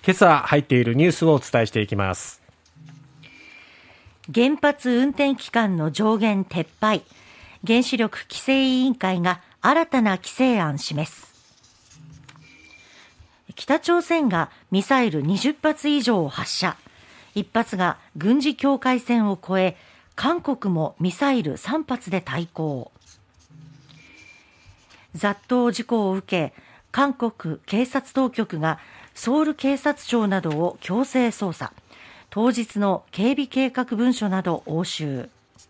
今朝入っているニュースをお伝えしていきます。 原発運転期間の上限撤廃、原子力規制委員会が新たな規制案示す。北朝鮮がミサイル20発以上を発射、1発が軍事境界線を越え、韓国もミサイル3発で対抗。雑踏事故を受け、韓国警察当局がソウル警察庁などを強制捜査、当日の警備計画文書など押収。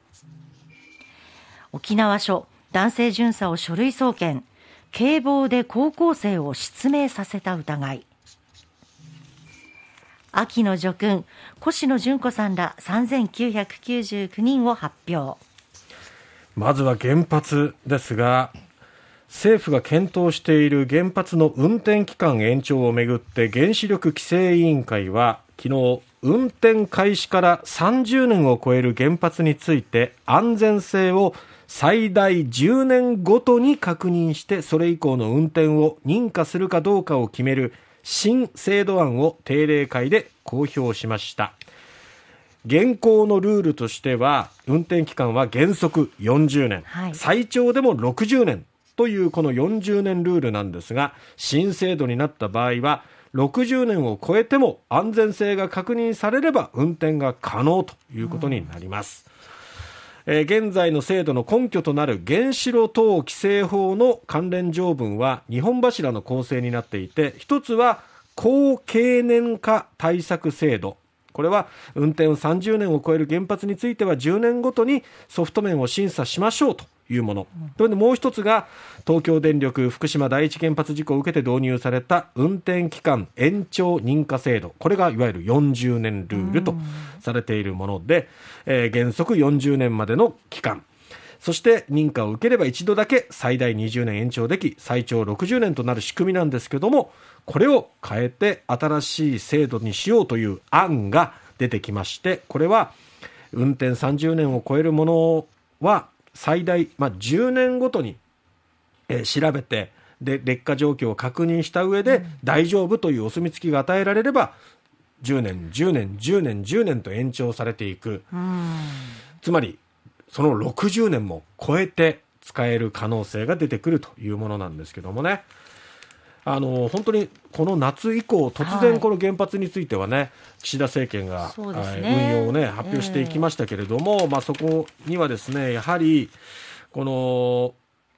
沖縄署男性巡査を書類送検、警棒で高校生を失明させた疑い。秋の叙勲、越野純子さんら3999人を発表。 まずは原発ですが、政府が検討している原発の運転期間延長をめぐって原子力規制委員会は昨日、運転開始から30年を超える原発について安全性を最大10年ごとに確認して、それ以降の運転を認可するかどうかを決める新制度案を定例会で公表しました。現行のルールとしては、運転期間は原則40年、最長でも60年というこの40年ルールなんですが、新制度になった場合は60年を超えても安全性が確認されれば運転が可能ということになります。現在の制度の根拠となる原子炉等規制法の関連条文は2本柱の構成になっていて、一つは高経年化対策制度、これは運転30年を超える原発については10年ごとにソフト面を審査しましょうというもの。それでもう一つが東京電力福島第一原発事故を受けて導入された運転期間延長認可制度、これがいわゆる40年ルールとされているもので、原則40年までの期間、そして認可を受ければ一度だけ最大20年延長でき、最長60年となる仕組みなんですけども、これを変えて新しい制度にしようという案が出てきまして、これは運転30年を超えるものは最大、10年ごとに調べて、で劣化状況を確認した上で大丈夫というお墨付きが与えられれば10年10年10年10年と延長されていく。つまりその60年も超えて使える可能性が出てくるというものなんですけどもね、本当にこの夏以降突然この原発についてはね、岸田政権が、運用をね発表していきましたけれども、そこにはですね、やはりこの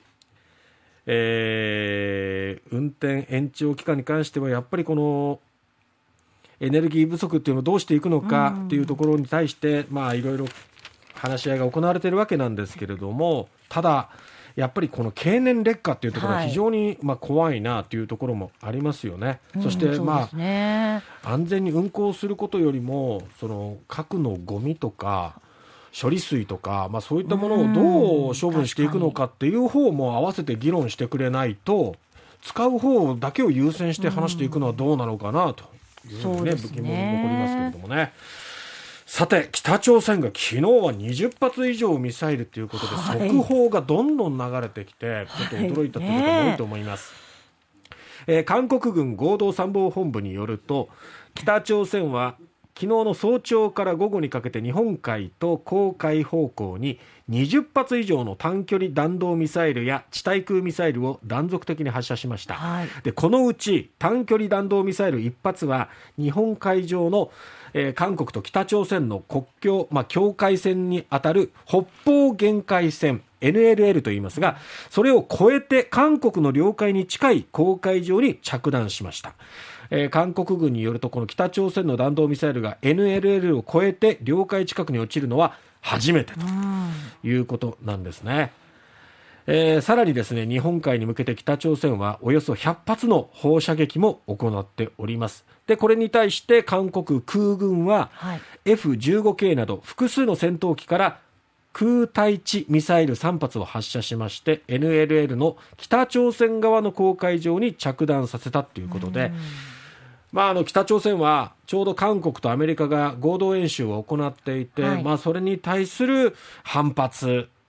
運転延長期間に関してはやっぱりこのエネルギー不足っていうのをどうしていくのかっていうところに対して、いろいろ話し合いが行われているわけなんですけれども、ただやっぱりこの経年劣化っていうところが非常に怖いなというところもありますよね。そして安全に運行することよりも、その核のゴミとか処理水とか、そういったものをどう処分していくのかっていう方も合わせて議論してくれないと、使う方だけを優先して話していくのはどうなのかなというふうにね、疑問も残りますけれどもね。さて、北朝鮮が昨日は20発以上ミサイルということで、速報がどんどん流れてきて、ちょっと驚いたという方も多いと思います。韓国軍合同参謀本部によると、北朝鮮は昨日の早朝から午後にかけて日本海と黄海方向に20発以上の短距離弾道ミサイルや地対空ミサイルを断続的に発射しました。でこのうち短距離弾道ミサイル1発は日本海上の、韓国と北朝鮮の国境、境界線にあたる北方限界線 NLL と言いますが、それを越えて韓国の領海に近い黄海上に着弾しました。韓国軍によると、この北朝鮮の弾道ミサイルが NLL を越えて領海近くに落ちるのは初めてということなんですね。さらにですね、日本海に向けて北朝鮮はおよそ100発の放射撃も行っております。でこれに対して韓国空軍は、F-15K など複数の戦闘機から空対地ミサイル3発を発射しまして、 NLL の北朝鮮側の公海上に着弾させたということで、北朝鮮はちょうど韓国とアメリカが合同演習を行っていて、それに対する反発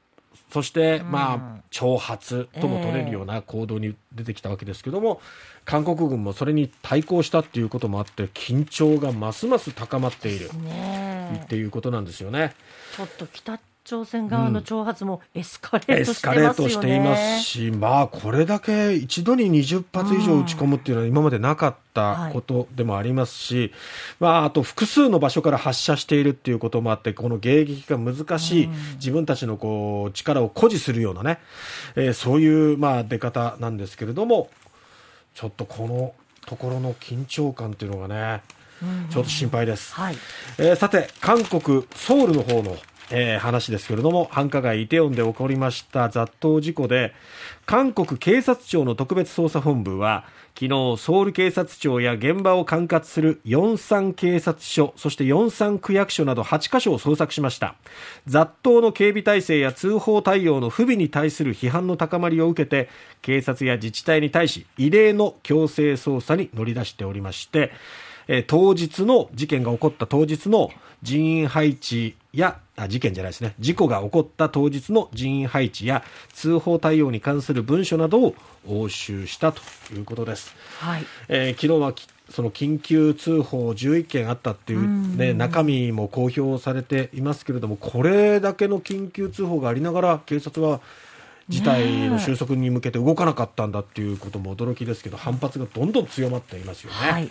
そして、挑発とも取れるような行動に出てきたわけですけども、韓国軍もそれに対抗したっていうこともあって緊張がますます高まっているっていうことなんですよね。 ちょっと北朝鮮側の挑発もエスカレートしてますよね。 エスカレートしていますし、これだけ一度に20発以上撃ち込むっていうのは今までなかったことでもありますし、あと複数の場所から発射しているっていうこともあって、この迎撃が難しい、自分たちの力を誇示するようなね、そういう出方なんですけれども、ちょっとこのところの緊張感っていうのがね、ちょっと心配です。さて、韓国ソウルの方の話ですけれども、繁華街イテウォンで起こりました雑踏事故で、韓国警察庁の特別捜査本部は昨日、ソウル警察庁や現場を管轄するヨンサン警察署、そしてヨンサン区役所など8カ所を捜索しました。雑踏の警備体制や通報対応の不備に対する批判の高まりを受けて、警察や自治体に対し異例の強制捜査に乗り出しておりまして、事件が起こった当日の人員配置や事故が起こった当日の人員配置や通報対応に関する文書などを押収したということです。昨日はその緊急通報11件あったっていう、中身も公表されていますけれども、これだけの緊急通報がありながら警察は事態の収束に向けて動かなかったんだっていうことも驚きですけど、反発がどんどん強まっていますよね。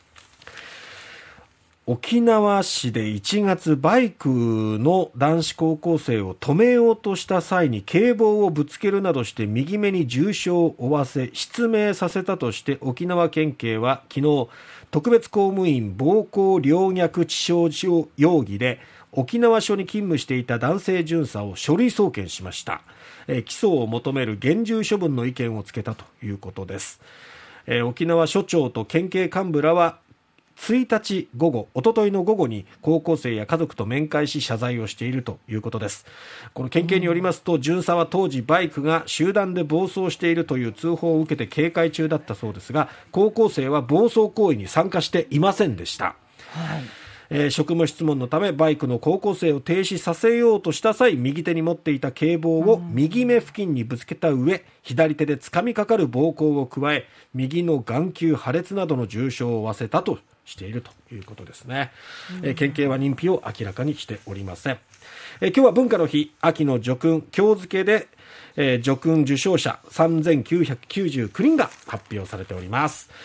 沖縄市で1月バイクの男子高校生を止めようとした際に警棒をぶつけるなどして右目に重傷を負わせ失明させたとして、沖縄県警は昨日特別公務員暴行陵虐致傷容疑で沖縄署に勤務していた男性巡査を書類送検しました。起訴を求める厳重処分の意見をつけたということです。沖縄署長と県警幹部らは1日午後、おとといの午後に高校生や家族と面会し謝罪をしているということです。この県警によりますと、巡査は当時バイクが集団で暴走しているという通報を受けて警戒中だったそうですが、高校生は暴走行為に参加していませんでした。職務質問のためバイクの高校生を停止させようとした際、右手に持っていた警棒を右目付近にぶつけた上、左手で掴みかかる暴行を加え、右の眼球破裂などの重傷を負わせたとしているということですね。県警は認否を明らかにしておりません。今日は文化の日、秋の叙勲、今日付で、叙勲受章者3999人が発表されております。